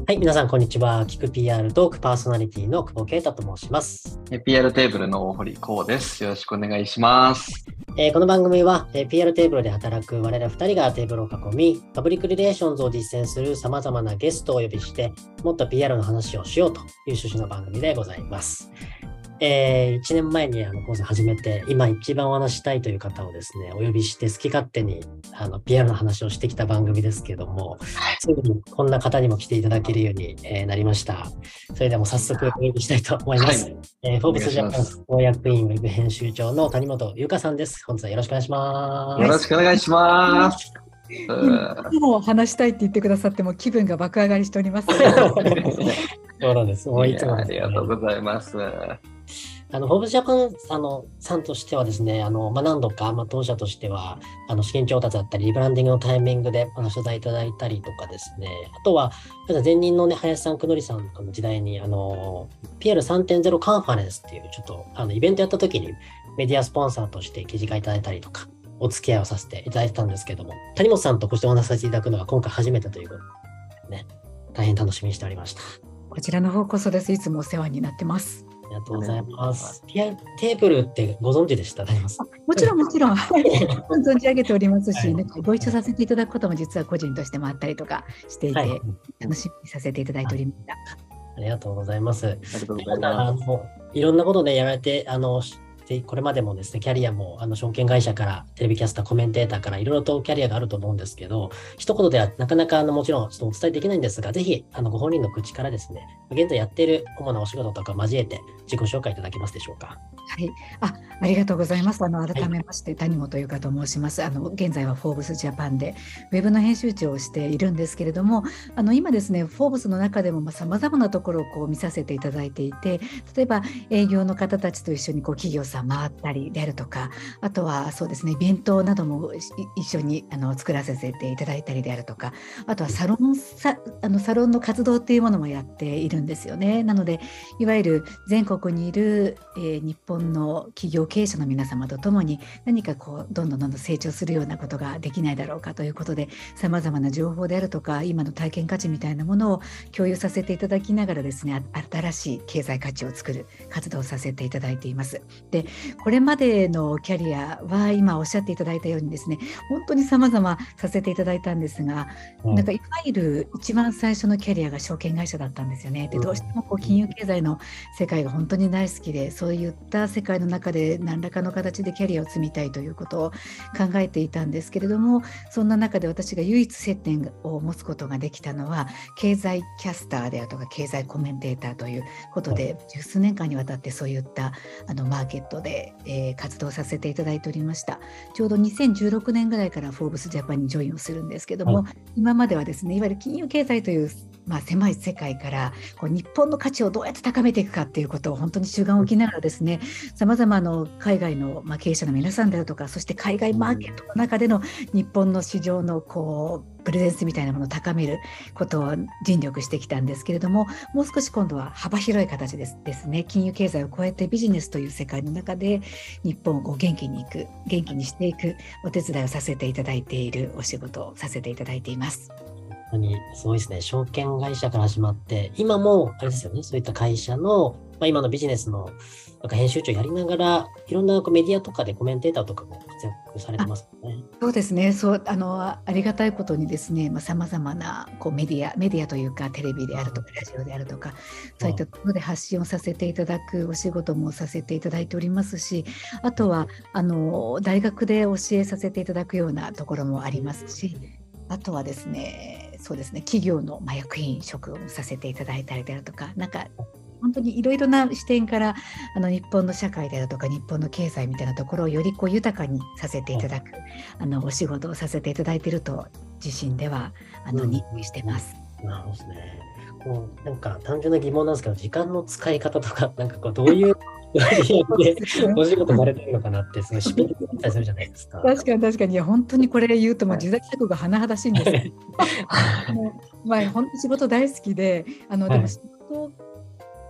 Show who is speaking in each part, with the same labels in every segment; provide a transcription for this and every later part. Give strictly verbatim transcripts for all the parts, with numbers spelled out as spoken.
Speaker 1: はい、皆さんこんにちは。聞く ピーアール トークパーソナリティの久保啓太と申します。
Speaker 2: ピーアール テーブルの大堀光です。よろしくお願いします。
Speaker 1: えー、この番組は、えー、ピーアール テーブルで働く我らふたりがテーブルを囲み、パブリックリレーションズを実践する様々なゲストをお呼びして、もっと ピーアール の話をしようという趣旨の番組でございます。えー、いちねんまえにあの講座始めて、今一番お話したいという方をですね、お呼びして好き勝手にあの ピーアール の話をしてきた番組ですけども、すぐにこんな方にも来ていただけるように、えー、なりました。それではもう早速お呼びしたいと思います。はい、えー、フォーブスジャパン公約委員ウェブ編集長の谷本優香さんです。本日はよろしくお願いします。
Speaker 2: よろしくお願いします。
Speaker 3: いつも話したいって言ってくださっても気分が爆上がりしております。
Speaker 1: そうなんです。もういつも、
Speaker 2: ね、ありがとうございます。
Speaker 1: あの、フォーブスジャパンあのさんとしてはですね、あのまあ、何度か、まあ、当社としてはあの資金調達だったり、リブランディングのタイミングであの取材いただいたりとかですね、あとは、前任の、ね、林さん、久典さんの時代にあの ピーアールさんてんゼロ カンファレンスっていう、ちょっとあのイベントやった時にメディアスポンサーとして記事会いただいたりとか、お付き合いをさせていただいてたんですけども、谷本さんとこうしてお話しさせていただくのは今回初めてということで、ね、大変楽しみにしておりました。
Speaker 3: こちらの方こそです。いつもお世話になってます。
Speaker 1: ありがとうございます。ピーアール テーブルってご存知でした？
Speaker 3: もちろんもちろん存じ上げておりますし、はい、ご一緒させていただくことも実は個人としてもあったりとかしていて、はい、楽しみにさせていただいておりました。
Speaker 1: ありがとうございます。あ
Speaker 2: りがとうございます。
Speaker 1: あのいろんなことでやられて、あのこれまでもですね、キャリアもあの証券会社からテレビキャスター、コメンテーターからいろいろとキャリアがあると思うんですけど、一言ではなかなかあのもちろんちょっとお伝えできないんですが、ぜひあのご本人の口からですね、現在やっている主なお仕事とか交えて自己紹介いただけますでしょうか。
Speaker 3: はい、あ、ありがとうございます。あの改めまして、はい、谷本優香と申します。あの現在はフォーブスジャパンでウェブの編集長をしているんですけれども、あの今ですね、フォーブスの中でもさまざまなところをこう見させていただいていて、例えば営業の方たちと一緒にこう企業さん回ったりであるとか、あとはそうですね、イベントなども一緒にあの作らせていただいたりであるとか、あとはサロンさあのサロンの活動っていうものもやっているんですよね。なのでいわゆる全国にいる、えー、日本の企業経営者の皆様と共に何かこうどんどんどんどん成長するようなことができないだろうかということで、さまざまな情報であるとか今の体験価値みたいなものを共有させていただきながらですね、新しい経済価値を作る活動をさせていただいています。で、これまでのキャリアは今おっしゃっていただいたようにですね、本当にさまざまさせていただいたんですが、うん、なんかいわゆる一番最初のキャリアが証券会社だったんですよね。で、どうしてもこう金融経済の世界が本当に大好きで、そういった世界の中で何らかの形でキャリアを積みたいということを考えていたんですけれども、そんな中で私が唯一接点を持つことができたのは経済キャスターであるとか経済コメンテーターということで、十数年間にわたってそういったあのマーケットで、えー、活動させていただいておりました。ちょうどにせんじゅうろくねんぐらいからフォーブスジャパンにジョインをするんですけども、はい、今まではですね、いわゆる金融経済というまあ、狭い世界からこう日本の価値をどうやって高めていくかっていうことを本当に主眼を置きながらですね、さまざまな海外のまあ経営者の皆さんであるとか、そして海外マーケットの中での日本の市場のこうプレゼンスみたいなものを高めることを尽力してきたんですけれども、もう少し今度は幅広い形ですですね、金融経済を超えてビジネスという世界の中で日本をこう元気にいく元気にしていくお手伝いをさせていただいているお仕事をさせていただいています。
Speaker 1: 本当にすごいですね。証券会社から始まって、今もあれですよね、そういった会社の、まあ、今のビジネスのなんか編集長やりながら、いろんなメディアとかでコメンテーターとかも活躍されてますよね。
Speaker 3: そうですね。そう、あのありがたいことにですね、さまざ、まなこうメディアメディアというかテレビであるとかラジオであるとか、そういったところで発信をさせていただくお仕事もさせていただいておりますし、あとはあの大学で教えさせていただくようなところもありますし、あとはですね、そうですね、企業の役員職をさせていただいたりであるとか、なんか本当にいろいろな視点からあの日本の社会であるとか日本の経済みたいなところをよりこう豊かにさせていただく、あのお仕事をさせていただいていると自身ではあの認識してます。
Speaker 1: うん、なるほどですね。もうなんか単純な疑問なんですけど、時間の使い方とかなんかこうどういうでお仕事されてるのかなってすごいシピッとったりするじゃないですか。
Speaker 3: 確かに確かに、いや本当にこれ言うともう自在作が甚だしいんですけど、まあ本当仕事大好きで、あのでも仕事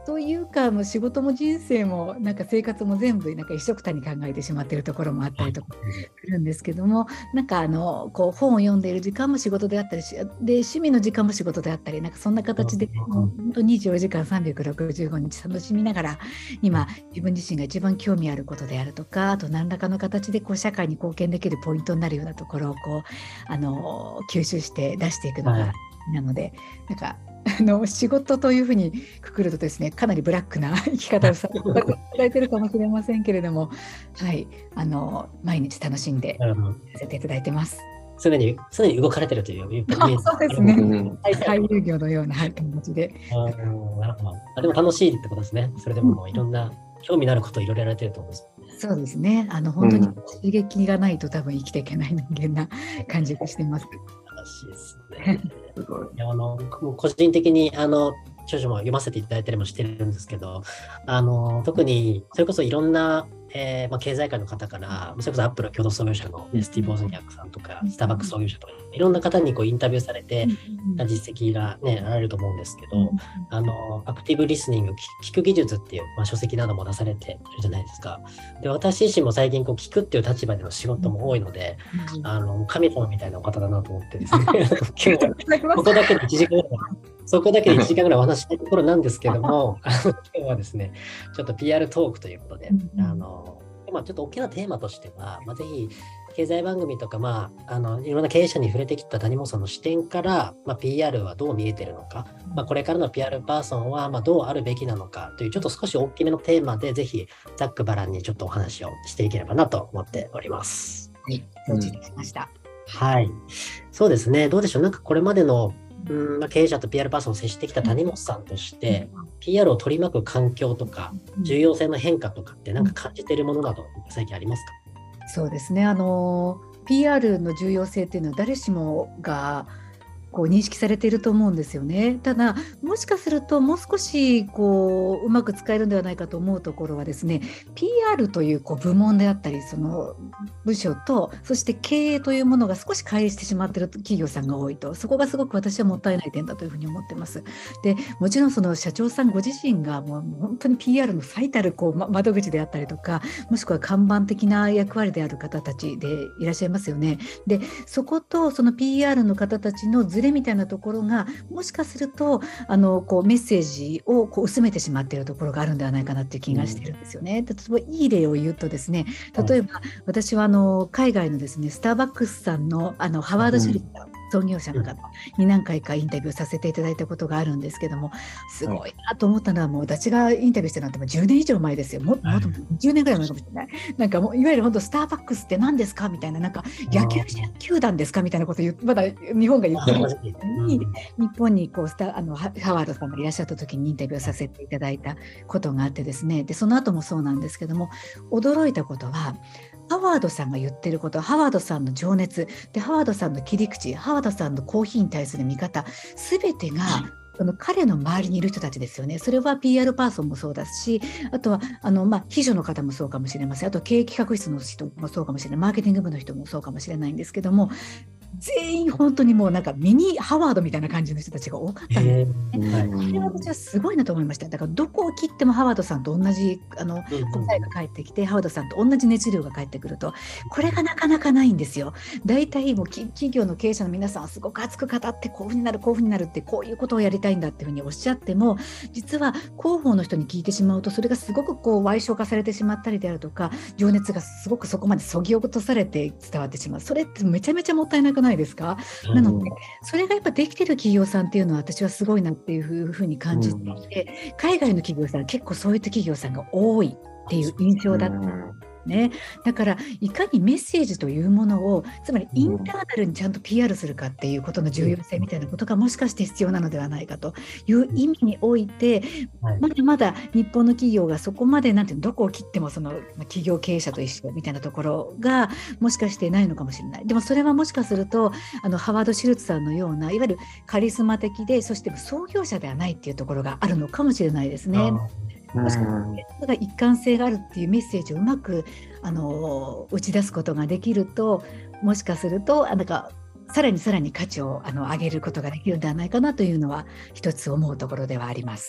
Speaker 3: というかもう仕事も人生もなんか生活も全部なんか一緒くたに考えてしまっているところもあったりとかするんですけども、なんかあのこう本を読んでいる時間も仕事であったりし、で趣味の時間も仕事であったり、なんかそんな形でもう本当にじゅうよじかんさんびゃくろくじゅうごにち楽しみながら今自分自身が一番興味あることであるとか、あと何らかの形でこう社会に貢献できるポイントになるようなところをこうあの吸収して出していくのがなので、なんかあの仕事というふうにくくるとですね、かなりブラックな生き方をさせていただいているかもしれませんけれども、はい、あの毎日楽しんでやらせていただいてます。
Speaker 1: 常に常に動かれてるというイメージ。
Speaker 3: そうですね。俳優業のような感じで。
Speaker 1: あなるほど。あでも楽しいってことですね。それでももういろんな興味のあることをいろいろやられてると思うんです。
Speaker 3: そうですね。あの本当に刺激がないと多分生きていけない人間な感じがしています。
Speaker 1: しいですね。いやあの個人的にあの著書も読ませていただいたりもしてるんですけど、あの特にそれこそいろんな、えーまあ、経済界の方から、それこそアップル共同創業者のスティーブ・ウォズニャックさんとか、スターバックス創業者とか、いろんな方にこうインタビューされて、実績が、ね、あられると思うんですけど、あのアクティブリスニング、聞く技術っていう、まあ、書籍なども出されてるじゃないですか。で私自身も最近こう聞くっていう立場での仕事も多いので、あの神様みたいなお方だなと思ってですね、今日ここだけでいちじかんぐらい、そこだけでいちじかんぐらいお話したいところなんですけども、今日はですね、ちょっと ピーアール トークということで、あのまあ、ちょっと大きなテーマとしては、まあ、ぜひ経済番組とか、まあ、あのいろんな経営者に触れてきた谷本さんの視点から、まあ、ピーアール はどう見えているのか、まあ、これからの ピーアール パーソンはまあどうあるべきなのかというちょっと少し大きめのテーマで、ぜひざっくばらんにちょっとお話をしていければなと思っております。
Speaker 3: はい、承知しました。
Speaker 1: はい、そうですね。どうでしょう。なんかこれまでのうんまあ、経営者と ピーアール パーソンを接してきた谷本さんとして、うん、ピーアール を取り巻く環境とか、うん、重要性の変化とかって何か感じているものなど最近ありますか？
Speaker 3: そうですね。あの ピーアール の重要性っていうのは誰しもがこう認識されていると思うんですよね。ただもしかするともう少しこううまく使えるんではないかと思うところはですね、 ピーアール というこう部門であったりその部署と、そして経営というものが少し乖離してしまっている企業さんが多いと、そこがすごく私はもったいない点だというふうに思ってます。でもちろんその社長さんご自身がもう本当に ピーアール の最たるこう窓口であったりとか、もしくは看板的な役割である方たちでいらっしゃいますよね。でそことその ピーアール の方たちのズレみたいなところがもしかするとあのこうメッセージをこう薄めてしまっているところがあるんではないかなっていう気がしているんですよね。うん、例えばいい例を言うとですね、例えば私はあの海外のですねスターバックスさんのあのハワード・シュリッター、うん創業者の方に何回かインタビューさせていただいたことがあるんですけども、すごいなと思ったのは、もう私がインタビューしてるなんてもうじゅうねん以上前ですよ。もっともっとじゅうねんぐらい前かもしれない。なんかもういわゆる本当スターバックスって何ですかみたいな、なんか野球球団ですかみたいなことを言まだ日本が言ってるのに、日本にこうスタあのハワードさんがいらっしゃった時にインタビューさせていただいたことがあってですね、でその後もそうなんですけども、驚いたことはハワードさんが言ってること、ハワードさんの情熱で、ハワードさんの切り口、ハワードさんのコーヒーに対する見方、すべてがその彼の周りにいる人たちですよね。それは ピーアール パーソンもそうだし、あとはあの、まあ、秘書の方もそうかもしれません。あと経営企画室の人もそうかもしれない。マーケティング部の人もそうかもしれないんですけども、全員本当にもうなんかミニハワードみたいな感じの人たちが多かったんですね。はい、それは私はすごいなと思いました。だからどこを切ってもハワードさんと同じあの答えが返ってきて、ハワードさんと同じ熱量が返ってくると、これがなかなかないんですよ。大体もう企業の経営者の皆さんはすごく熱く語って、こういうふうになるこういうふうになるってこういうことをやりたいんだっていうふうにおっしゃっても、実は広報の人に聞いてしまうと、それがすごくこう歪償化されてしまったりであるとか、情熱がすごくそこまでそぎ落とされて伝わってしまう。それってめちゃめちゃもったいなくないですか？なのでそれがやっぱできてる企業さんっていうのは私はすごいなっていうふうに感じていて、うん、海外の企業さん結構そういった企業さんが多いっていう印象だったんですね。だからいかにメッセージというものを、つまりインターナルにちゃんと ピーアール するかっていうことの重要性みたいなことがもしかして必要なのではないかという意味において、まだまだ日本の企業がそこまでなんていうの、どこを切ってもその企業経営者と一緒みたいなところがもしかしてないのかもしれない。でもそれはもしかするとあのハワード・シュルツさんのようないわゆるカリスマ的で、そして創業者ではないっていうところがあるのかもしれないですね。もしかしたら一貫性があるっていうメッセージをうまくあの打ち出すことができると、もしかするとなんかさらにさらに価値をあの上げることができるんではないかなというのは一つ思うところではあります。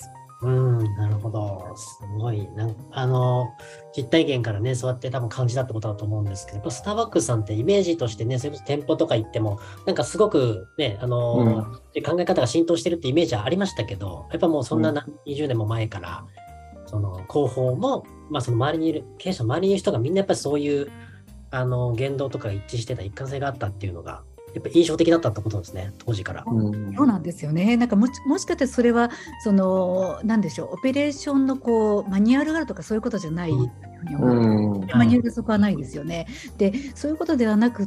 Speaker 1: うん、なるほど。すごい。なんあの、実体験からね、そうやって多分感じたってことだと思うんですけど、やっぱスターバックスさんってイメージとしてね、それこそ店舗とか行っても、なんかすごくね、あの、
Speaker 2: うん。
Speaker 1: 考え方が浸透してるってイメージはありましたけど、やっぱもうそんな
Speaker 2: うん。
Speaker 1: 何にじゅうねんも前から、その広報も、まあその周りにいる、経営者の周りにいる人がみんなやっぱりそういう、あの、言動とかが一致してた一貫性があったっていうのが、やっぱ印象的だったってことですね、当時から。
Speaker 2: うん。
Speaker 3: そうなんですよね。なんかもし、もしかしてそれはそのなんでしょう、オペレーションのこうマニュアルがあるとかそういうことじゃないというふうに思って。
Speaker 2: うん。
Speaker 3: マニュア
Speaker 1: はい。
Speaker 3: ルがそこはないですよね。で、そういうことではなくって、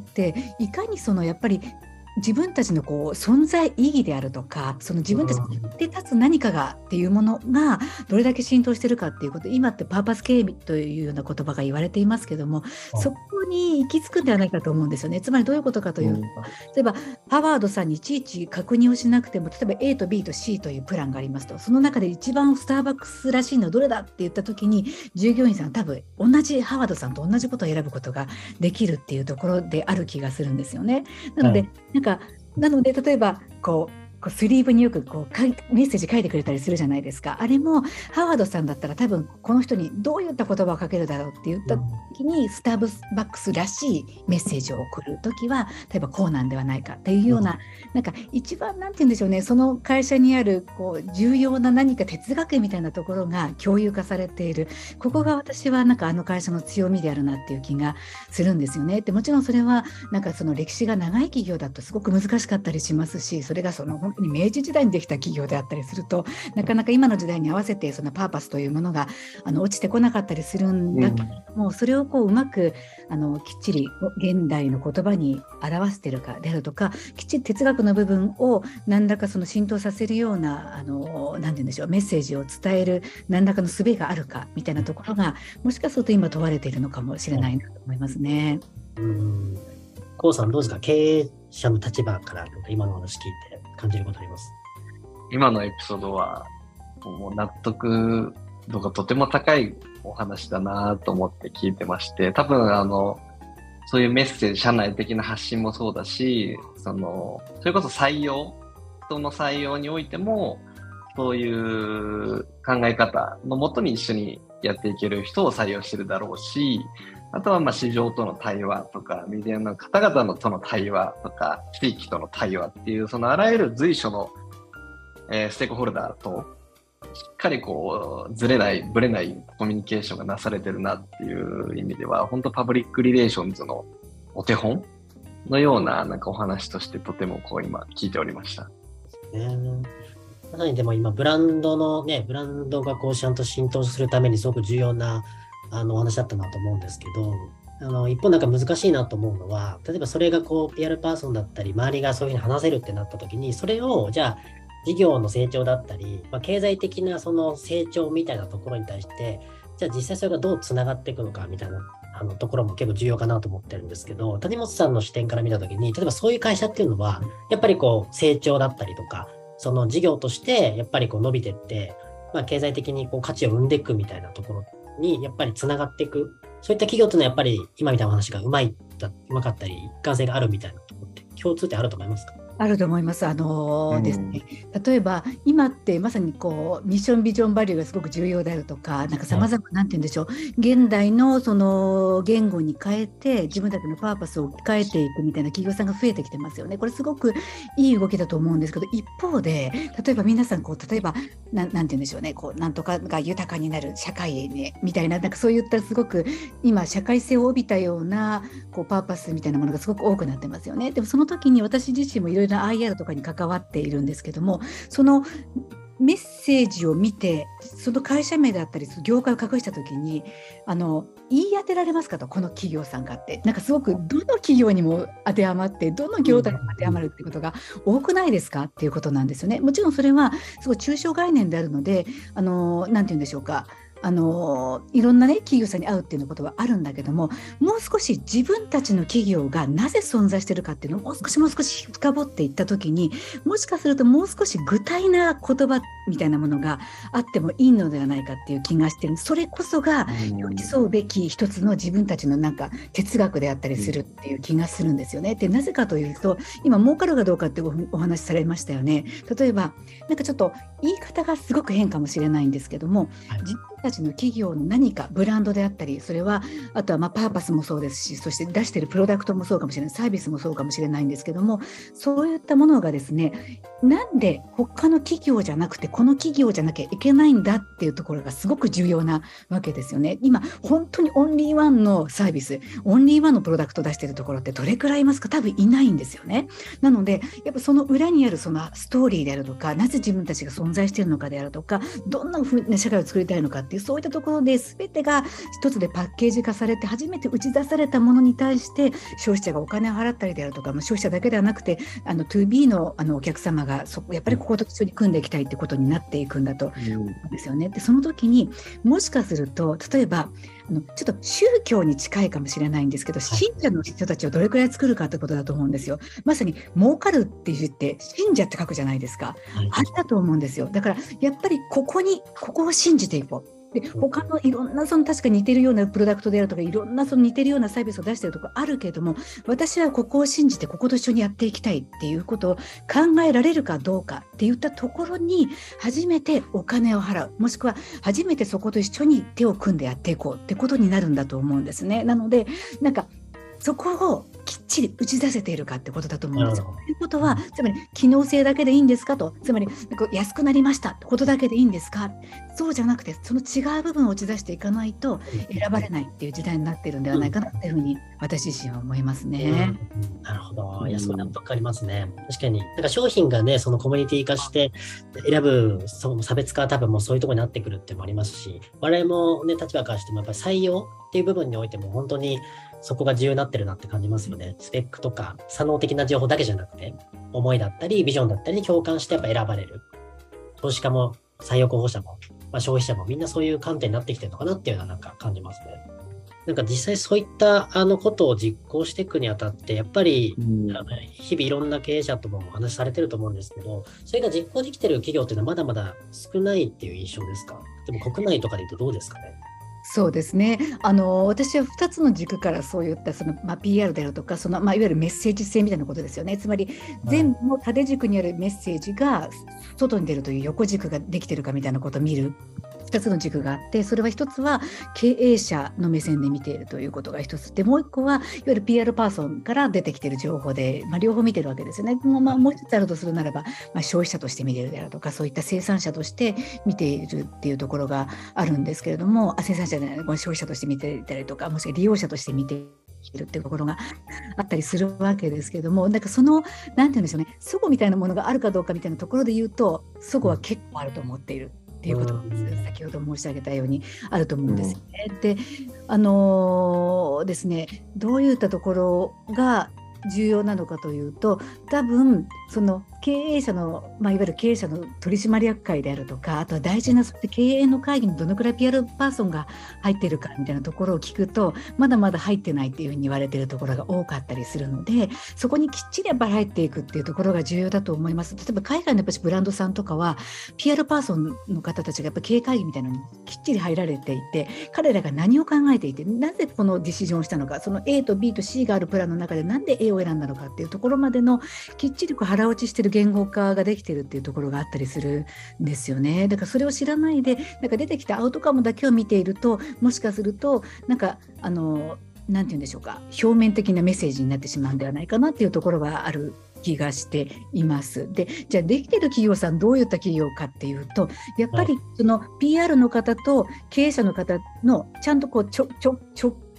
Speaker 3: いかにそのやっぱり自分たちのこう存在意義であるとか、その自分たちで立つ何かがっていうものがどれだけ浸透してるかっていうこと、今ってパーパス経営というような言葉が言われていますけども、そこに行き着くんではないかと思うんですよね。つまりどういうことかというと、
Speaker 2: うん。
Speaker 3: 例えばハワードさんにいちいち確認をしなくても、例えば A と B と C というプランがありますと、その中で一番スターバックスらしいのはどれだって言った時に、従業員さんは多分同じハワードさんと同じことを選ぶことができるっていうところである気がするんですよね。なので、
Speaker 1: はい。
Speaker 3: なんかなので例えばこうこうスリーブによくこうかいメッセージ書いてくれたりするじゃないですか。あれもハワードさんだったら多分この人にどういった言葉をかけるだろうって言った時に、スターバックスらしいメッセージを送る時は例えばこうなんではないかっていうような、なんか一番なんて言うんでしょうね、その会社にあるこう重要な何か哲学みたいなところが共有化されている。ここが私はなんかあの会社の強みであるなっていう気がするんですよね。でもちろんそれはなんかその歴史が長い企業だとすごく難しかったりしますし、それがその本当に明治時代にできた企業であったりすると、なかなか今の時代に合わせてそのパーパスというものがあの落ちてこなかったりするんだけれども、それをこううまくあのきっちり現代の言葉に表しているかであるとか、きっちり哲学の部分を何らかその浸透させるようなあの何て言うんでしょう、メッセージを伝える何らかの術があるかみたいなところが、もしかすると今問われているのかもしれないなと思いますね。
Speaker 1: うん。コウさんどうですか？経営者の立場から今の話聞いて感じることあります？
Speaker 2: 今のエピソードは、もう納得度がとても高いお話だなと思って聞いてまして、多分あの、そういうメッセージ、社内的な発信もそうだし、その、それこそ採用、人の採用においても、そういう考え方のもとに一緒にやっていける人を採用してるだろうし、あとはまあ市場との対話とか、メディアの方々のとの対話とか、地域との対話っていう、そのあらゆる随所の、えーステークホルダーとしっかりこうずれないぶれないコミュニケーションがなされてるなっていう意味では、本当パブリックリレーションズのお手本のようななんかお話としてとてもこう今聞いておりました。
Speaker 1: ね。まさにでも今ブランドのね、ブランドがこうちゃんと浸透するためにすごく重要なあのお話だったなと思うんですけど、あの一方なんか難しいなと思うのは、例えばそれがこう ピーアール パーソンだったり、周りがそういうふうに話せるってなった時に、それをじゃあ事業の成長だったり、まあ、経済的なその成長みたいなところに対して、じゃあ実際それがどうつながっていくのかみたいなあのところも結構重要かなと思ってるんですけど、谷本さんの視点から見た時に、例えばそういう会社っていうのは、やっぱりこう成長だったりとか、その事業としてやっぱりこう伸びていって、まあ、経済的にこう価値を生んでいくみたいなところにやっぱりつながっていく。そういった企業っていうのはやっぱり今みたいな話がうまい、うまかったり、一貫性があるみたいなところって共通点あると思いますか？
Speaker 3: あると思います。あのーです
Speaker 2: うん
Speaker 3: ね、例えば今ってまさにこうミッションビジョンバリューがすごく重要であるとか、なんかさまざまなんて言うんでしょう、現代のその言語に変えて自分たちのパーパスを置き換えていくみたいな企業さんが増えてきてますよね。これすごくいい動きだと思うんですけど、一方で例えば皆さんこう例えばななんて言うんでしょうね、こうなんとかが豊かになる社会ねみたいな、なんかそういったすごく今社会性を帯びたようなこうパーパスみたいなものがすごく多くなってますよね。でもその時に私自身もいろいろな アイアール とかに関わっているんですけども、そのメッセージを見てその会社名だったり業界を隠した時にあの言い当てられますかと、この企業さんがって、なんかすごくどの企業にも当てはまってどの業態にも当てはまるっていうことが多くないですかっていうことなんですよね。もちろんそれはすごい抽象概念であるので、あのなんて言うんでしょうか、 あのいろんなね企業さんに会うっていうようなことはあるんだけども、もう少し自分たちの企業がなぜ存在しているかっていうのをもう少しもう少し深掘っていったときに、もしかするともう少し具体な言葉みたいなものがあってもいいのではないかっていう気がしてる。それこそが寄り添うべき一つの自分たちのなんか哲学であったりするっていう気がするんですよね。でなぜかというと、今儲かるかどうかって お, お話しされましたよね。例えばなんかちょっと言い方がすごく変かもしれないんですけども、
Speaker 1: はい、
Speaker 3: 自分たちの企業の何かブランドであったり、それはあとはまあパーパスもそうですし、そして出しているプロダクトもそうかもしれない、サービスもそうかもしれないんですけども、そういったものがですね、なんで他の企業じゃなくてこの企業じゃなきゃいけないんだっていうところがすごく重要なわけですよね。今本当にオンリーワンのサービス、オンリーワンのプロダクトを出しているところってどれくらいいますか？多分いないんですよね。なのでやっぱその裏にあるそのストーリーであるとか、なぜ自分たちが存在しているのかであるとか、どんなふうな社会を作りたいのかっていう、そういったところで全てが一つでパッケージ化されて初めて打ち出されたものに対して消費者がお金を払ったりであるとか、消費者だけではなくてあの ツービー の, あのお客様がそやっぱりここと一緒に組んでいきたいってことになっていくんだと思うんですよね。でその時にもしかすると例えばあのちょっと宗教に近いかもしれないんですけど、信者の人たちをどれくらい作るかってことだと思うんですよ。まさに儲かるって言って信者って書くじゃないですか。あれだと思うんですよ。だからやっぱりここにここを信じていこう。で他のいろんなその確かに似てるようなプロダクトであるとか、いろんなその似てるようなサービスを出しているところあるけれども、私はここを信じてここと一緒にやっていきたいっていうことを考えられるかどうかっていったところに初めてお金を払う、もしくは初めてそこと一緒に手を組んでやっていこうってことになるんだと思うんですね。なのでなんかそこをきっちり打ち出せているかってことだと思うんですよ。ということは、つまり機能性だけでいいんですかと、つまり安くなりましたってことだけでいいんですか、そうじゃなくてその違う部分を打ち出していかないと選ばれないっていう時代になっているんではないかなっていうふうに私自身は思いますね。
Speaker 1: うん、なるほど。いや、そう納得ありますね。確かに、なんか商品がね、そのコミュニティ化して選ぶその差別化は多分もうそういうところになってくるっていうのもありますし、我々もね、立場からしてもやっぱり採用っていう部分においても本当にそこが重要になってるなって感じますよね。スペックとか、作能的な情報だけじゃなくて、思いだったり、ビジョンだったりに共感してやっぱ選ばれる。投資家も採用候補者も、まあ、消費者もみんなそういう観点になってきてるのかなっていうのはなんか感じますね。なんか実際そういったあのことを実行していくにあたって、やっぱり、うん、あの日々いろんな経営者ともお話しされてると思うんですけど、それが実行できてる企業っていうのはまだまだ少ないっていう印象ですか？でも国内とかで言うとどうですかね？
Speaker 3: そうですね。あの私はふたつの軸からそういったその、まあ、ピーアール であるとかその、まあ、いわゆるメッセージ性みたいなことですよね。つまり全部の縦軸にあるメッセージが外に出るという横軸ができているかみたいなことを見るふたつの軸があって、それはひとつは経営者の目線で見ているということがひとつで、もういっこはいわゆる ピーアール パーソンから出てきている情報で、まあ、両方見てるわけですよね。もう、まあ、もうひとつあるとするならば、まあ、消費者として見ているであるとか、そういった生産者として見ているっていうところがあるんですけれども、あ生産者じゃない、消費者として見ていたりとか、もしくは利用者として見ているっていうところがあったりするわけですけれども、なんかそのなんて言うんでしょうね、齟齬みたいなものがあるかどうかみたいなところで言うと、齟齬は結構あると思っているっていうことが先ほど申し上げたようにあると思うんですよね。うん、で、あのー、ですね、どういったところが重要なのかというと、多分その経営者の、まあ、いわゆる経営者の取締役会であるとか、あとは大事な経営の会議にどのくらい ピーアール パーソンが入っているかみたいなところを聞くと、まだまだ入ってないっていうふうに言われているところが多かったりするので、そこにきっちりやっぱり入っていくっていうところが重要だと思います。例えば海外のやっぱりブランドさんとかは ピーアール パーソンの方たちがやっぱり経営会議みたいなのにきっちり入られていて、彼らが何を考えていて、なぜこのディシジョンをしたのか、その A と ビー と シー があるプランの中でなんで A を選んだのかっていうところまでのきっちりこう腹落ちしている言語化ができているっていうところがあったりするんですよね。だからそれを知らないで、なんか出てきたアウトカムだけを見ていると、もしかするとなんかあのなんて言うんでしょうか、表面的なメッセージになってしまうんではないかなっていうところがある気がしています。で、じゃあできている企業さんどういった企業かっていうと、やっぱりその ピーアール の方と経営者の方のちゃんとこうちょちょちょ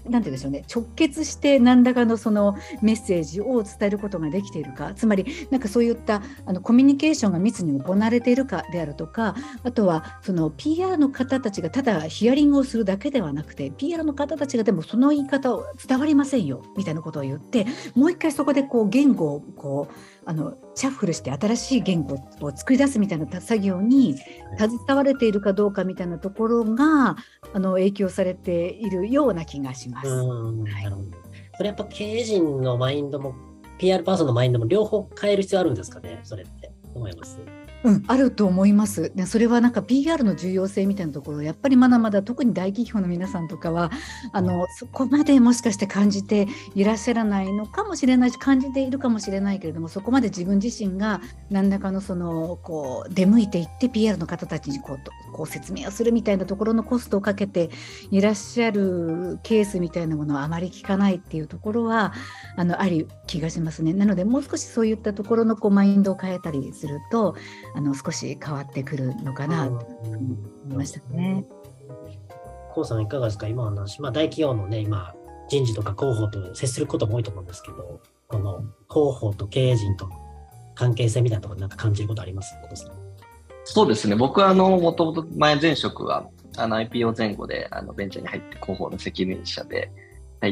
Speaker 3: なんて言うんでしょうね、直結して何らかのそのメッセージを伝えることができているか、つまりなんかそういったあのコミュニケーションが密に行われているかであるとか、あとはその ピーアール の方たちがただヒアリングをするだけではなくて、 ピーアール の方たちがでもその言い方を伝わりませんよみたいなことを言って、もう一回そこでこう言語をこうあのシャッフルして新しい言語を作り出すみたいな作業に携われているかどうかみたいなところがあの影響されているような気がします。
Speaker 1: うん、なるほど。それやっぱ経営陣のマインドも ピーアール パーソンのマインドも両方変える必要あるんですかね、それって思います。
Speaker 3: うん、あると思います。で、それはなんか ピーアール の重要性みたいなところ、やっぱりまだまだ特に大企業の皆さんとかはあのそこまでもしかして感じていらっしゃらないのかもしれないし、感じているかもしれないけれども、そこまで自分自身が何らかのそのこう出向いていって ピーアール の方たちにこうとこう説明をするみたいなところのコストをかけていらっしゃるケースみたいなものはあまり聞かないっていうところはあのある気がしますね。なのでもう少しそういったところのこうマインドを変えたりするとあの少し変わってくるのかなと思いましたね。
Speaker 1: コウさんいかがですか、今の話、まあ、大企業のね、今人事とか広報と接することも多いと思うんですけど、この広報と経営陣との関係性みたいなところなんか感じることあります？
Speaker 2: そうですね。僕はあの、もともと前前職はあの アイピーオー 前後であのベンチャーに入って広報の責任者で入って、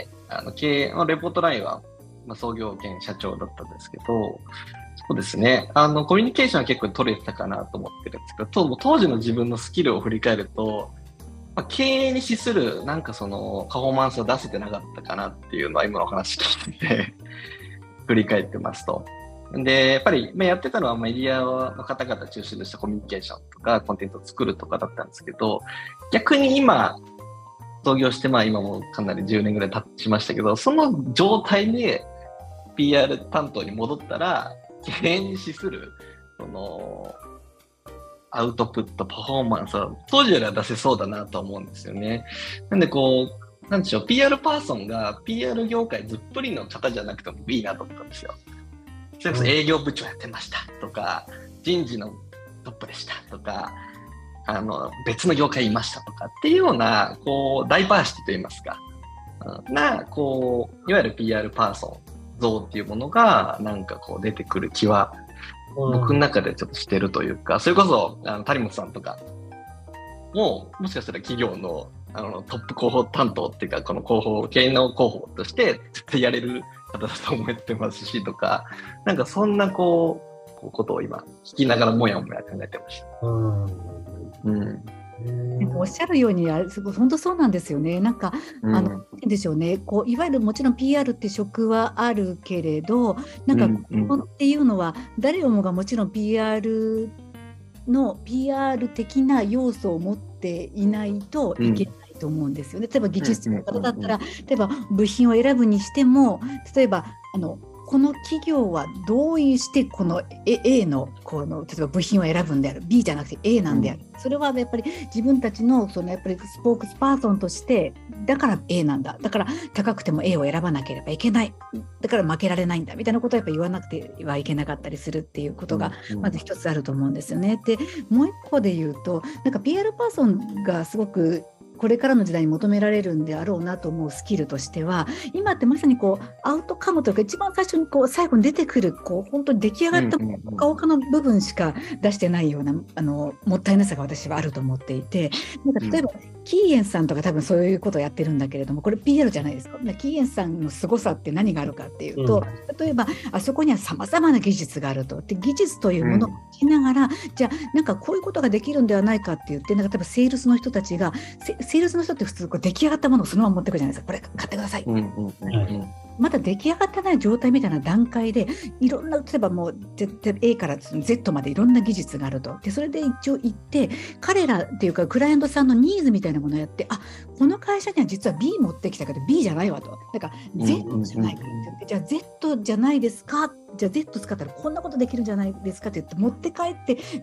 Speaker 2: あの経営、まあ、レポートラインは、まあ、創業兼社長だったんですけど、そうですね。あの、コミュニケーションは結構取れてたかなと思ってるんですけど、当当時の自分のスキルを振り返ると、まあ、経営に資するなんかそのパフォーマンスを出せてなかったかなっていうのは今の話聞いてて振り返ってますと。で、やっぱり、まあ、やってたのはメディアの方々中心としたコミュニケーションとかコンテンツを作るとかだったんですけど、逆に今、創業してまあ今もかなりじゅうねんぐらい経ちましたけど、その状態で ピーアール 担当に戻ったら、経営に資するそのアウトプットパフォーマンスは当時よりは出せそうだなと思うんですよね。なんでこうなんでしょう、 ピーアール パーソンが ピーアール 業界ずっぷりの方じゃなくてもいいなと思ったんですよ。それこそ営業部長やってましたとか、人事のトップでしたとか、あの別の業界いましたとかっていうようなこうダイバーシティといいますか、なこういわゆる ピーアール パーソン像っていうものがなんかこう出てくる気は僕の中でちょっとしてるというか、それこそあの谷本さんとかももしかしたら企業のあのトップ広報担当っていうか、この広報経営の広報として絶対やれる方だと思ってますしとか、なんかそんなこうこうことを今聞きながらもやもや考えてました。うんうん
Speaker 3: なんかおっしゃるようにあれすごい本当そうなんですよね。なんか、うん、あのなんでしょうね、こういわゆるもちろん ピーアール って職はあるけれど、なんかここっていうのは誰もがもちろん ピーアール の ピーアール 的な要素を持っていないといけないと思うんですよね。例えば技術の方だったら、例えば部品を選ぶにしても、例えばあのこの企業はどうしてこの A の, この例えば部品を選ぶんである B じゃなくて A なんである、それはやっぱり自分たち の, そのやっぱりスポークスパーソンとしてだから A なんだ、だから高くても A を選ばなければいけない、だから負けられないんだみたいなことをやっぱ言わなくてはいけなかったりするっていうことがまず一つあると思うんですよね。でもう一個で言うと、なんか ピーアール パーソンがすごくこれからの時代に求められるんであろうなと思うスキルとしては、今ってまさにこうアウトカムというか一番最初にこう最後に出てくるこう本当に出来上がったほかほかの部分しか出してないようなあのもったいなさが私はあると思っていて、なんか例えば、うん、キーエンさんとか多分そういうことをやってるんだけれども、これ ピーアール じゃないですか。キーエンさんの凄さって何があるかっていうと、うん、例えばあそこにはさまざまな技術があると。で技術というものを聞きながら、うん、じゃあなんかこういうことができるんではないかって言って、なんか例えばセールスの人たちがセールスの人って普通こう出来上がったものをそのまま持ってくるじゃないですか。これ買ってください、うんうんうんうん、まだ出来上がってない状態みたいな段階でいろんな、例えばもう A から Z までいろんな技術があると。でそれで一応言って彼らっていうかクライアントさんのニーズみたいなものをやって、あこの会社には実は B 持ってきたけど B じゃないわと、だから Z じゃないかって言って、じゃあ Z じゃないですか、じゃあ Z 使ったらこんなことできるんじゃないですかって言って持って帰って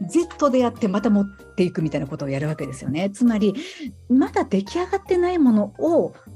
Speaker 3: Z でやってまた持っていくみたいなことをやるわけですよね。つまりまだ出来上がってないものを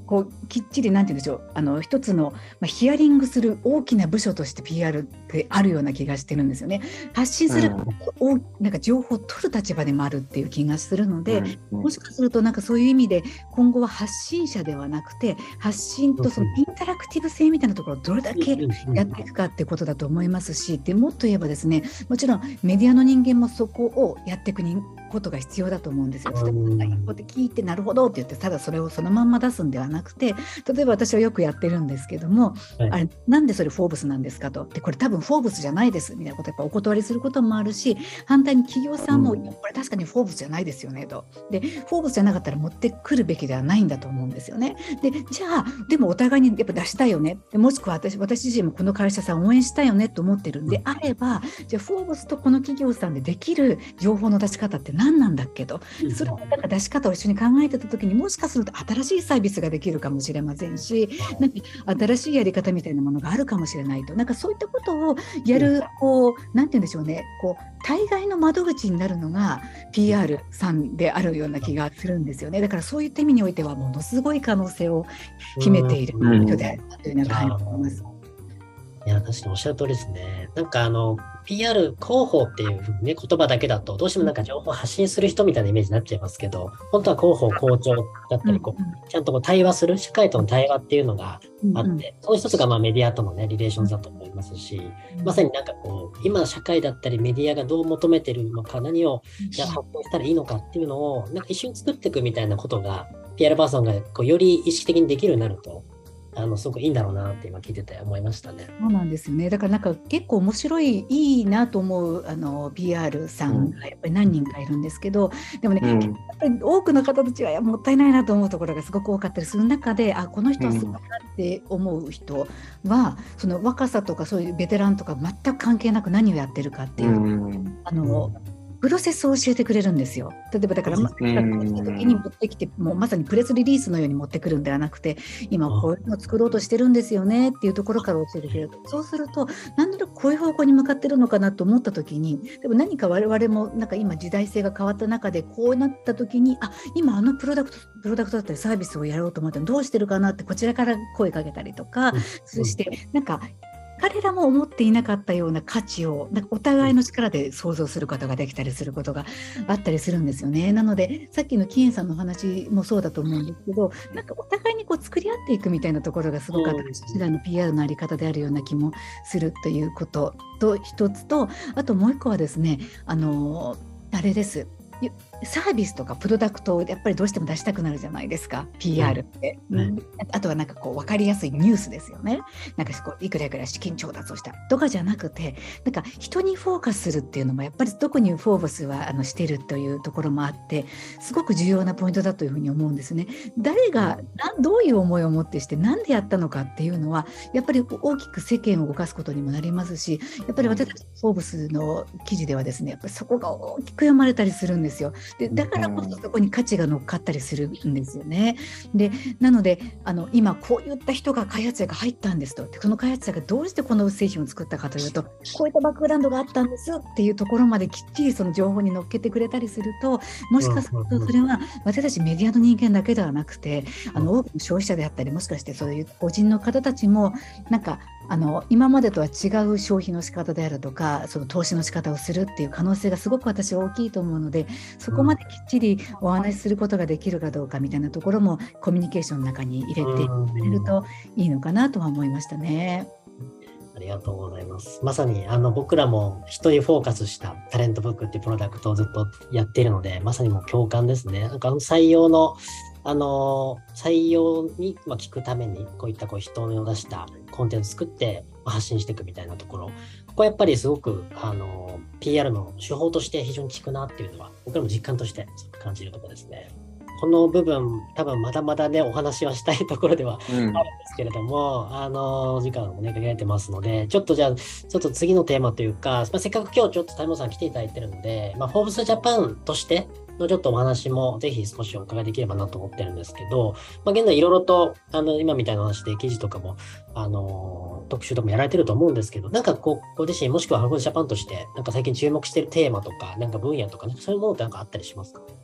Speaker 3: こうきっちりなんて言うんでしょう、あの一つの、まあ、ヒアリングする大きな部署として ピーアール ってあるような気がしてるんですよね。発信する、うん、なんか情報を取る立場でもあるっていう気がするので、うん、もしかするとなんかそういう意味で今後は発信者ではなくて発信とそのインタラクティブ性みたいなところをどれだけやっていくかってことだと思いますし、でもっと言えばですね、もちろんメディアの人間もそこをやっていくことが必要だと思うんですよ。例えばこうやって聞いてなるほどって言ってただそれをそのまんま出すんではなくて、例えば私はよくやってるんですけども、はい、あれなんでそれフォーブスなんですかと、でこれ多分フォーブスじゃないですみたいなことやっぱお断りすることもあるし、反対に企業さんも、うん、これ確かにフォーブスじゃないですよねと、でフォーブスじゃなかったら持ってくるべきではないんだと思うんですよね。でじゃあでもお互いにやっぱ出したいよね、でもしくは私私自身もこの会社さん応援したいよねと思ってるんであれば、じゃあフォーブスとこの企業さんでできる情報の出し方って何なんだっけと、それをなんか出し方を一緒に考えてた時にもしかすると新しいサービスができるかもしれませんし、なんか新しいやり方みたいなものがあるかもしれないと、なんかそういったことをやる、こうなんて言うんでしょうね、こう対外の窓口になるのが ピーアール さんであるような気がするんですよね。だからそういった意味においてはものすごい可能性を秘めている人であるなというような感じがします。
Speaker 1: いや、確かにおっしゃる通りですね。なんかあの ピーアール 広報っていうふうにね、言葉だけだとどうしてもなんか情報を発信する人みたいなイメージになっちゃいますけど、本当は広報校長だったりこう、うんうん、ちゃんとこう対話する社会との対話っていうのがあって、うんうん、その一つがまあメディアとのねリレーションだと思いますし、うん、まさになんかこう今社会だったりメディアがどう求めてるのか、何をじゃあ発表したらいいのかっていうのをなんか一緒に作っていくみたいなことが ピーアール パーソンがこうより意識的にできるようになると。あのすごくいいんだろうなって今聞いてて思いましたね。
Speaker 3: そうなんですよね。だからなんか結構面白いいいなと思うあの ピーアール さんがやっぱり何人かいるんですけど、うん、でもね、うん、やっぱり多くの方たちはもったいないなと思うところがすごく多かったりする中で、あこの人はすごいなって思う人は、うん、その若さとかそういうベテランとか全く関係なく何をやってるかっていう、うん、あの、うんプロセスを教えてくれるんですよ。例えばだから、ま、時に持ってきてもうまさにプレスリリースのように持ってくるんではなくて、今こういうのを作ろうとしてるんですよねっていうところから教えてくれる。そうすると何となくこういう方向に向かってるのかなと思った時に、でも何か我々もなんか今時代性が変わった中でこうなった時に、あ今あのプロダクトプロダクトだったりサービスをやろうと思ってどうしてるかなってこちらから声かけたりとか、うん、そしてなんか彼らも思っていなかったような価値をなんかお互いの力で想像することができたりすることがあったりするんですよね。なのでさっきのキエンさんの話もそうだと思うんですけど、なんかお互いにこう作り合っていくみたいなところがすごく新しい時代の ピーアール のあり方であるような気もするということと一つと、あともう一個はですね、あのあれです。サービスとかプロダクトをやっぱりどうしても出したくなるじゃないですか ピーアールって、うんうん、あとはなんかこう分かりやすいニュースですよね。なんかこういくらいくら資金調達をしたとかじゃなくて、なんか人にフォーカスするっていうのもやっぱり特にフォーブスはあのしてるというところもあってすごく重要なポイントだというふうに思うんですね。誰がどういう思いを持ってして何でやったのかっていうのはやっぱり大きく世間を動かすことにもなりますし、やっぱり私たちフォーブスの記事ではですね、やっぱりそこが大きく読まれたりするんですよ。でだからこそそこに価値が乗っかったりするんですよね。でなのであの今こういった人が開発者が入ったんですと、でこの開発者がどうしてこの製品を作ったかというとこういったバックグラウンドがあったんですっていうところまできっちりその情報に乗っけてくれたりすると、もしかするとそれは私たちメディアの人間だけではなくて、あの多くの消費者であったりもしかしてそういう個人の方たちもなんかあの今までとは違う消費の仕方であるとかその投資の仕方をするっていう可能性がすごく私は大きいと思うので、そこまできっちりお話しすることができるかどうかみたいなところもコミュニケーションの中に入れてくれるといいのかなとは思いましたね。
Speaker 1: ありがとうございます。まさにあの僕らも人にフォーカスしたタレントブックっていうプロダクトをずっとやっているので、まさにもう共感ですね。なんか採用のあの採用に聞くためにこういったこう人を出したコンテンツ作って発信していくみたいなところ、ここはやっぱりすごくあの ピーアール の手法として非常に効くなっていうのは僕らも実感として感じるところですね。この部分多分まだまだねお話はしたいところではあるんですけれども、うん、あの時間もね限られてますので、ちょっとじゃあちょっと次のテーマというか、まあ、せっかく今日ちょっと谷本さん来ていただいてるので、まあ、フォーブスジャパンとしてのちょっとお話もぜひ少しお伺いできればなと思ってるんですけど、まあ、現在いろいろとあの今みたいな話で記事とかもあの特集とかもやられてると思うんですけど、なんかこうご自身もしくはフォーブスジャパンとしてなんか最近注目しているテーマとかなんか分野とか、ね、そういうものってなんかあったりしますか？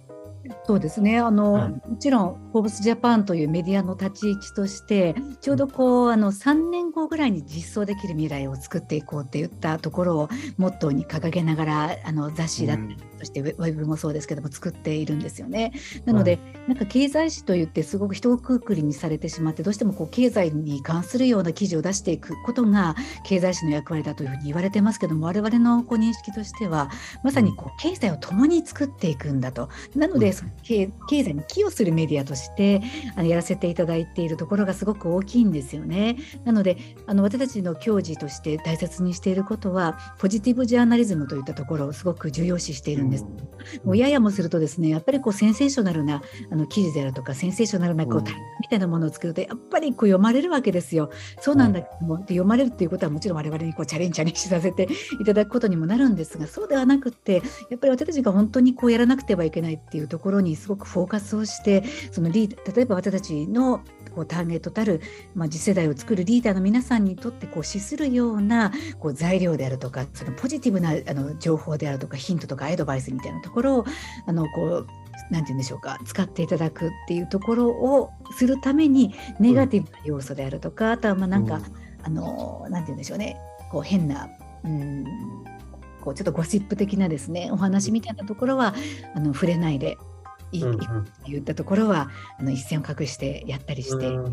Speaker 3: そうですね。あの、
Speaker 1: はい、
Speaker 3: もちろん、フォーブスジャパンというメディアの立ち位置として、ちょうどこう、あの、さんねんごぐらいに実装できる未来を作っていこうっていったところをモットーに掲げながら、あの、雑誌だったりとしてウェ、ウェブもそうですけども、作っているんですよね。なので、なんか経済誌といって、すごく一括りにされてしまって、どうしてもこう経済に関するような記事を出していくことが経済誌の役割だというふうに言われてますけども、我々のこう認識としては、まさにこう経済を共に作っていくんだと。なので、その経経済に寄与するメディアとしてあのやらせていただいているところがすごく大きいんですよね。なので、あの私たちの教授として大切にしていることは、ポジティブジャーナリズムといったところをすごく重要視しているんです。
Speaker 2: うん
Speaker 3: もうややもするとですね、やっぱりこうセンセーショナルなあの記事であるとか、センセーショナルなこう、
Speaker 2: うん、
Speaker 3: みたいなものを作ると、やっぱりこう読まれるわけですよ。そうなんだけども、で読まれるっていうことはもちろん我々にこうチャレンジャーにさせていただくことにもなるんですが、そうではなくて、やっぱり私たちが本当にこうやらなくてはいけないっていうところにすごくフォーカスをして、そのリー例えば私たちのこうターゲットたる、まあ、次世代を作るリーダーの皆さんにとってこう資するようなこう材料であるとか、そのポジティブなあの情報であるとか、ヒントとかアドバイスみたいなところをあのこうなんて言うんでしょうか、使っていただくっていうところをするために、ネガティブな要素であるとか、あとはまあなんか、うん、あのなんて言うんでしょうね、こう変な、うん、こうちょっとゴシップ的なですね、お話みたいなところはあの触れないでいい、うんうん、言ったところはあの一線を画してやったりして、はい、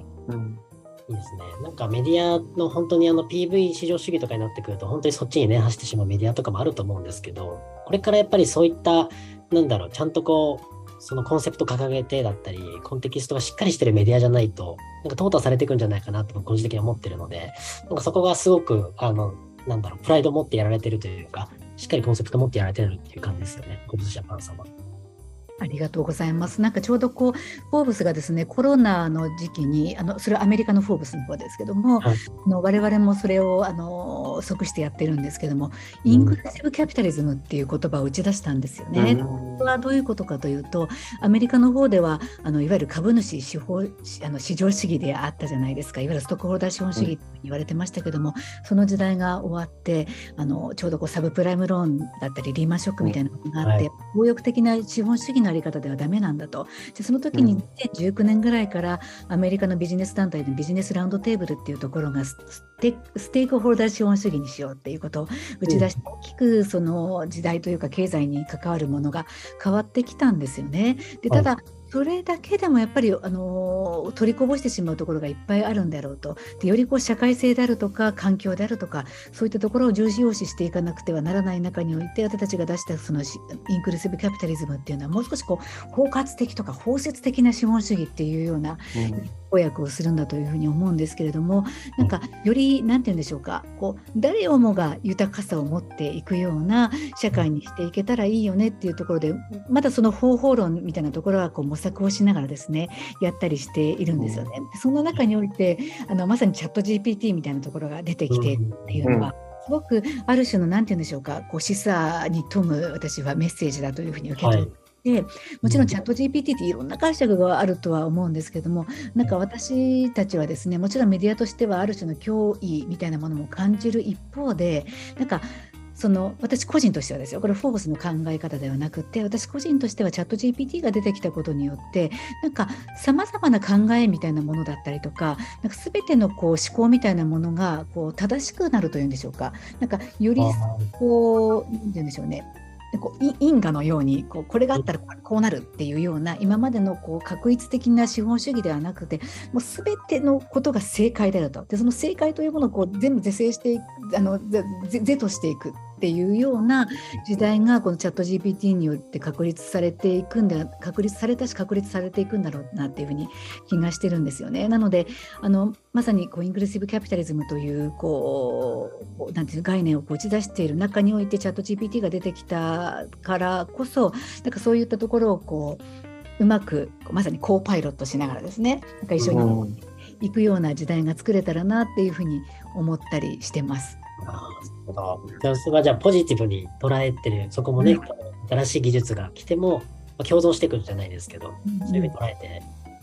Speaker 1: うん、いいですね。なんかメディアの本当にあの ピーブイ 市場主義とかになってくると、本当にそっちにね走ってしまうメディアとかもあると思うんですけど、これからやっぱりそういったなんだろう、ちゃんとこうそのコンセプト掲げてだったり、コンテキストがしっかりしてるメディアじゃないと、なんか淘汰されていくんじゃないかなと個人的に思ってるので、なんかそこがすごくあのなんだろう、プライドを持ってやられてるというか、しっかりコンセプト持ってやられてるっていう感じですよね、フォーブスジャパン様。
Speaker 3: ありがとうございます。なんかちょうどこうフォーブスがですね、コロナの時期に、あのそれはアメリカのフォーブスの方ですけども、はい、あの我々もそれをあの即してやってるんですけども、うん、インクルーシブキャピタリズムっていう言葉を打ち出したんですよね。うん、これはどういうことかというと、アメリカの方ではあのいわゆる株主資本あの市場主義であったじゃないですか。いわゆるストックホルダー資本主義と言われてましたけども、うん、その時代が終わって、あのちょうどこうサブプライムローンだったりリーマンショックみたいなものがあって、強、はい、欲的な資本主義のあり方ではダメなんだと。でその時ににせんじゅうきゅうねんぐらいからアメリカのビジネス団体のビジネスラウンドテーブルっていうところがステ、ステークホルダー資本主義にしようっていうことを打ち出して、大きくその時代というか経済に関わるものが変わってきたんですよね。でただ、はい、それだけでもやっぱり、あの取りこぼしてしまうところがいっぱいあるんだろうと。でよりこう社会性であるとか環境であるとか、そういったところを重視要視していかなくてはならない中において、私たちが出したそのインクルーシブキャピタリズムっていうのは、もう少しこう包括的とか包摂的な資本主義っていうような公約をするんだというふうに思うんですけれども、なんかよりなんていうんでしょうか、こう誰をもが豊かさを持っていくような社会にしていけたらいいよねっていうところで、まだその方法論みたいなところはこう模索をしながらですね、やったりしているんですよね。その中においてあのまさにチャット ジーピーティー みたいなところが出てきてっていうのは、すごくある種のなんていうんでしょうか、こう示唆に富む私はメッセージだというふうに受け取って、はいでもちろんチャット ジーピーティー っていろんな解釈があるとは思うんですけども、なんか私たちはですね、もちろんメディアとしてはある種の脅威みたいなものも感じる一方で、なんかその私個人としてはですよ、これフォーブスの考え方ではなくて、私個人としてはチャット ジーピーティー が出てきたことによって、なんかさまざまな考えみたいなものだったりとか、なんか全てのこう思考みたいなものがこう正しくなるというんでしょうか、なんかよりこうなんて言うんでしょうね、こう因果のようにこうこれがあったらこうなるっていうような、今までのこう確一的な資本主義ではなくて、もう全てのことが正解であると。でその正解というものをこう全部是正してあの是是としていくっていうような時代がこのチャット ジーピーティー によって確立されていくんだ確立されたし確立されていくんだろうなっていうふうに気がしてるんですよね。なのであのまさにこうインクルーシブキャピタリズムというこうなんていう概念をこう打ち出している中において、チャット ジーピーティー が出てきたからこそ、なんかそういったところをこううまくまさにコーパイロットしながらですね、なんか一緒に行くような時代が作れたらなっていうふうに思ったりしてます。
Speaker 1: ああ、それはじゃあポジティブに捉えてる、そこもね、うん、新しい技術が来ても、まあ、共存していくんじゃないですけど、うん、そういうふうに捉えて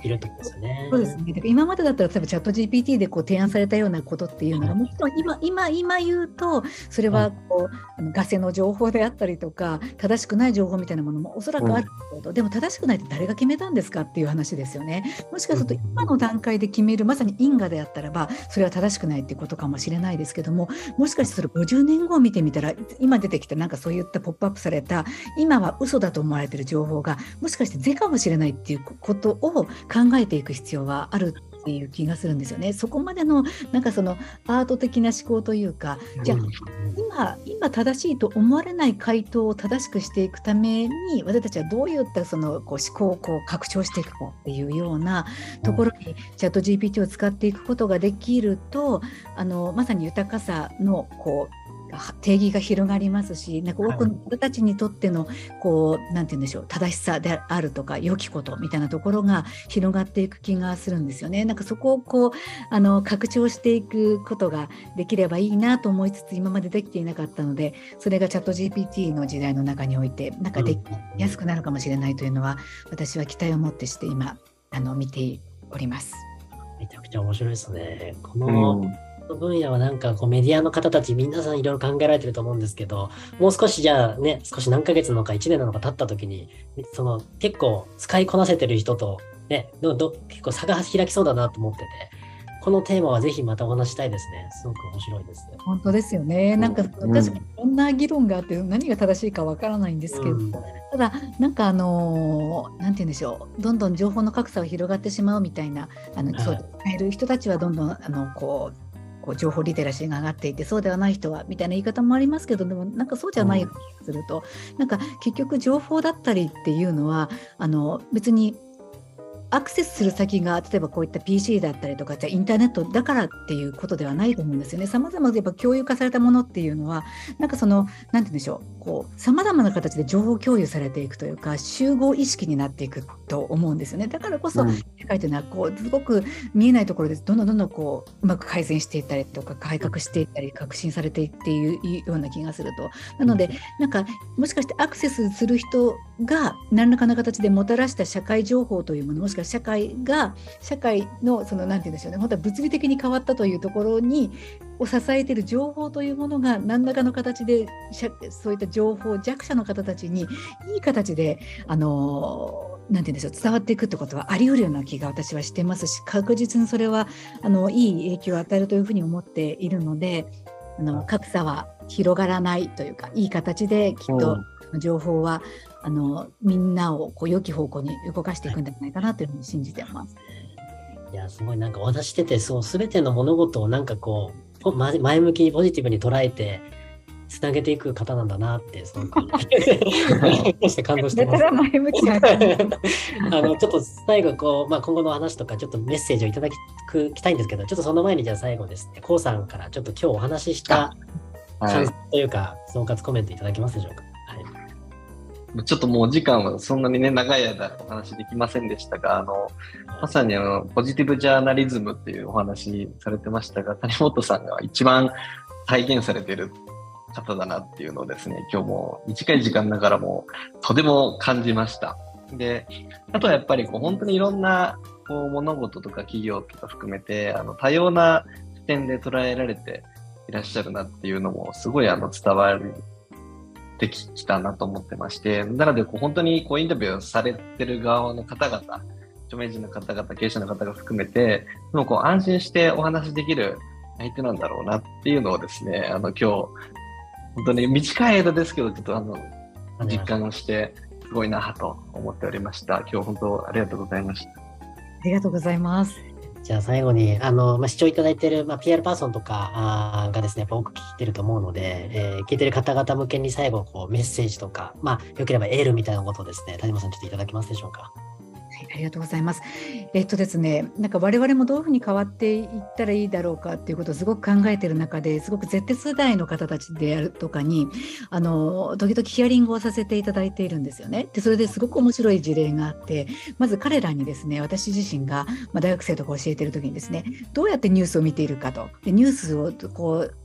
Speaker 1: いるってことですよね。
Speaker 3: そうですね。だから今までだったら例えばチャット ジーピーティー でこう提案されたようなことっていうのが、もちろん今今今言うとそれはこう、あのガセの情報であったりとか正しくない情報みたいなものもおそらくあるけど、うん、でも正しくないって誰が決めたんですかっていう話ですよね。もしかすると今の段階で決めるまさに因果であったらばそれは正しくないっていうことかもしれないですけども、もしかしたらごじゅうねんごを見てみたら今出てきたなんかそういったポップアップされた今は嘘だと思われている情報がもしかして是かもしれないっていうことを考えていく必要はあるっていう気がするんですよね。そこまでのなんかそのアート的な思考というか、じゃあ今今正しいと思われない回答を正しくしていくために私たちはどういったそのこう思考をこう拡張していくかっていうようなところにチャット ジーピーティー を使っていくことができると、あのまさに豊かさのこう定義が広がりますし、なんか多くの人たちにとってのこうなんて言うんでしょう、正しさであるとか良きことみたいなところが広がっていく気がするんですよね。なんかそこをこうあの拡張していくことができればいいなと思いつつ今までできていなかったので、それがチャット ジーピーティー の時代の中においてなんかできやすくなるかもしれないというのは私は期待を持ってして今あの見ております。
Speaker 1: めちゃくちゃ面白いですね。この、うん分野はなんかこうメディアの方たち皆さんいろいろ考えられてると思うんですけど、もう少しじゃあね少し何ヶ月なのかいちねんなのか経った時にその結構使いこなせてる人とねどど結構差が開きそうだなと思ってて、このテーマはぜひまたお話したいですね。すごく面白いです。
Speaker 3: 本当ですよね。なんか確かにいろんな議論があって何が正しいかわからないんですけど、うん、ただなんかあのなんて言うんでしょう、どんどん情報の格差が広がってしまうみたいなあの、はい、そう使える人たちはどんどんあのこうこう情報リテラシーが上がっていて、そうではない人はみたいな言い方もありますけど、でもなんかそうじゃない気がすると、うん、なんか結局情報だったりっていうのはあの別にアクセスする先が例えばこういった ピーシー だったりとかじゃインターネットだからっていうことではないと思うんですよね。さまざまやっぱ共有化されたものっていうのはなんかそのなんて言うんでしょう、こうさまざまな形で情報共有されていくというか集合意識になっていくと思うんですよね。だからこそ、うん、世界というのはこうすごく見えないところでどんどんどんどんこううまく改善していったりとか改革していったり革新されていっていうような気がすると、なのでなんかもしかしてアクセスする人が何らかの形でもたらした社会情報というもの、もしくは社会が社会のそのなんて言うんでしょうね、本当は物理的に変わったというところにを支えている情報というものが何らかの形でそういった情報弱者の方たちにいい形であのなんて言うんでしょう、伝わっていくってことはあり得るような気が私はしてますし、確実にそれはあのいい影響を与えるというふうに思っているので、あの格差は広がらないというか、いい形できっと情報はあのみんなをこう良き方向に動かしていくんじゃないかなというふうに信じてます。
Speaker 1: いやすごいなんかお話してて、そう全ての物事をなんかこう前向きにポジティブに捉えてつなげていく方なんだなってすごく感動してます。前向きなあのちょっと最後こう、まあ、今後の話とかちょっとメッセージをいただきたいんですけど、ちょっとその前にじゃあ最後ですね、こうさんからちょっと今日お話しした感想というか、はい、総括コメントいただけますでしょうか。
Speaker 2: ちょっともう時間はそんなにね長い間お話できませんでしたが、あのまさにあのポジティブジャーナリズムっていうお話されてましたが、谷本さんが一番体現されている方だなっていうのをですね、今日も短い時間ながらもとても感じました。で、あとはやっぱりこう本当にいろんなこう物事とか企業とか含めてあの多様な視点で捉えられていらっしゃるなっていうのもすごいあの伝わるできたなと思ってまして、なのでこう本当にこうインタビューをされてる側の方々、著名人の方々、経営者の方が含めて、でもこう安心してお話しできる相手なんだろうなっていうのをですね、あの今日本当に短い間ですけどちょっとあの実感をしてすごいなと思っておりました。今日本当ありがとうございました。あ
Speaker 3: りがとうございます。
Speaker 1: じゃあ最後にあの、まあ、視聴いただいている、まあ、ピーアール パーソンとかあがですね、やっぱ多く聞いてると思うので、えー、聞いてる方々向けに最後こうメッセージとか、まあ、よければエールみたいなことをですね、谷本さんちょっといただけますでしょうか。
Speaker 3: はい、ありがとうございます。えっとですね、なんか我々もどういうふうに変わっていったらいいだろうかっていうことをすごく考えている中で、すごく Z 世代の方たちであるとかにあの時々ヒアリングをさせていただいているんですよね。でそれですごく面白い事例があって、まず彼らにですね、私自身が、まあ、大学生とか教えている時にですね、どうやってニュースを見ているかと、でニュースをこう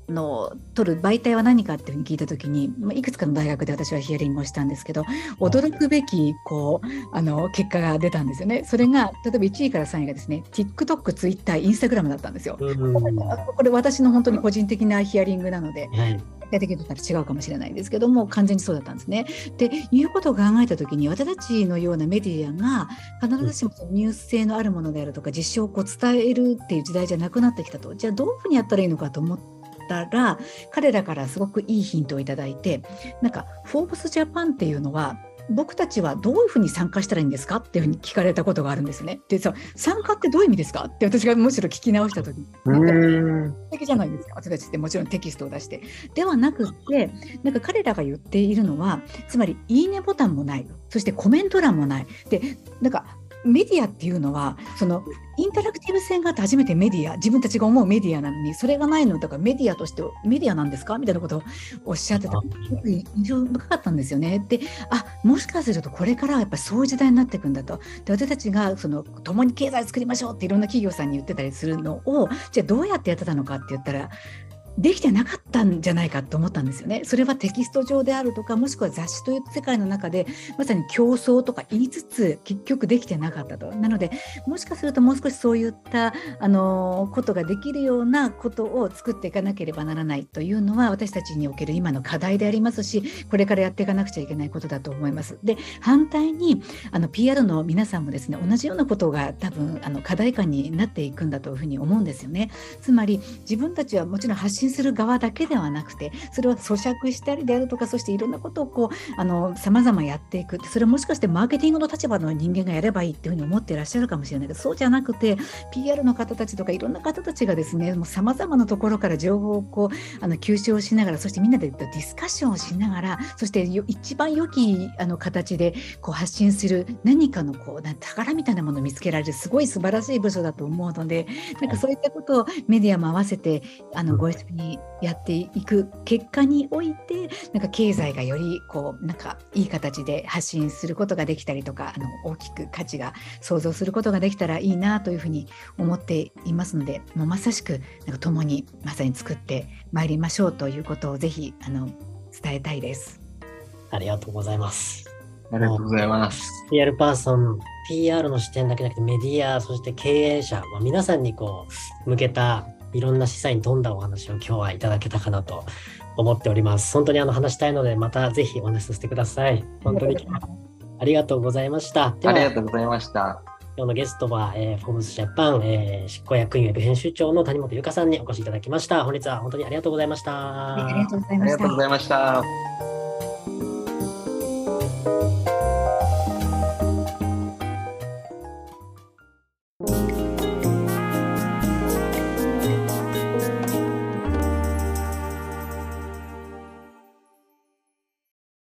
Speaker 3: の取る媒体は何かっていうふうに聞いたときに、まあ、いくつかの大学で私はヒアリングをしたんですけど、驚くべきこうあの結果が出たんですよね。それが例えばいちいからさんいがですね TikTok、Twitter、Instagram だったんですよ。これ私の本当に個人的なヒアリングなので、はい、具体的に言ったら違うかもしれないんですけども、完全にそうだったんですね。でいうことを考えたときに、私たちのようなメディアが必ずしもニュース性のあるものであるとか実証をこう伝えるっていう時代じゃなくなってきたと。じゃあどういうふうにやったらいいのかと思ったら、彼らからすごくいいヒントをいただいて、なんかフォーブスジャパンっていうのは僕たちはどういうふうに参加したらいいんですかっていうふうに聞かれたことがあるんですね。で、さ、参加ってどういう意味ですかって私がむしろ聞き直したときに、素敵じゃないですか。私たちってもちろんテキストを出して。ではなくって、なんか彼らが言っているのは、つまりいいねボタンもない。そしてコメント欄もない。で、なんかメディアっていうのはそのインタラクティブ性があって初めてメディア、自分たちが思うメディアなのに、それがないのだからメディアとしてメディアなんですかみたいなことをおっしゃってた。印象深かったんですよね。で、あ、もしかするとこれからはやっぱりそういう時代になっていくんだと。で、私たちがその共に経済を作りましょうっていろんな企業さんに言ってたりするのを、じゃあどうやってやってたのかって言ったら、できてなかったんじゃないかと思ったんですよね。それはテキスト上であるとか、もしくは雑誌という世界の中でまさに競争とか言いつつ結局できてなかったと。なのでもしかするともう少しそういったあのことができるようなことを作っていかなければならないというのは私たちにおける今の課題でありますし、これからやっていかなくちゃいけないことだと思います。で、反対にあの ピーアール の皆さんもですね、同じようなことが多分あの課題感になっていくんだというふうに思うんですよね。つまり自分たちはもちろん発信する側だけではなくて、それを咀嚼したりであるとか、そしていろんなことをこうあの様々やっていく。それはもしかしてマーケティングの立場の人間がやればいいっていうふうに思っていらっしゃるかもしれないけど、そうじゃなくて ピーアール の方たちとかいろんな方たちがですね、もう様々なところから情報をこうあの吸収をしながら、そしてみんなでディスカッションをしながら、そして一番良きあの形でこう発信する何かのこう宝みたいなものを見つけられる、すごい素晴らしい部署だと思うので、なんかそういったことをメディアも合わせてあのご一緒にやっていく結果において、なんか経済がよりこうなんかいい形で発信することができたりとか、あの大きく価値が創造することができたらいいなというふうに思っていますので、もうまさしくなんか共にまさに作ってまいりましょうということをぜひあの伝えたいです。
Speaker 1: ありがとうございます。
Speaker 2: ありがとうございます。
Speaker 1: ピーアール パーソン、ピーアール の視点だけじゃなくてメディア、そして経営者、まあ、皆さんにこう向けたいろんな示唆に富んだお話を今日はいただけたかなと思っております。本当にあの話したいので、またぜひお話しさせてください。本当にありがとうございました。
Speaker 2: ありがとうございました。
Speaker 1: 今日のゲストは、えー、フォーブスジャパン、えー、執行役員ウェブ編集長の谷本由香さんにお越しいただきました。本日は本当にありがとうございました。
Speaker 3: ありがとうございました。
Speaker 2: ありがとうございました。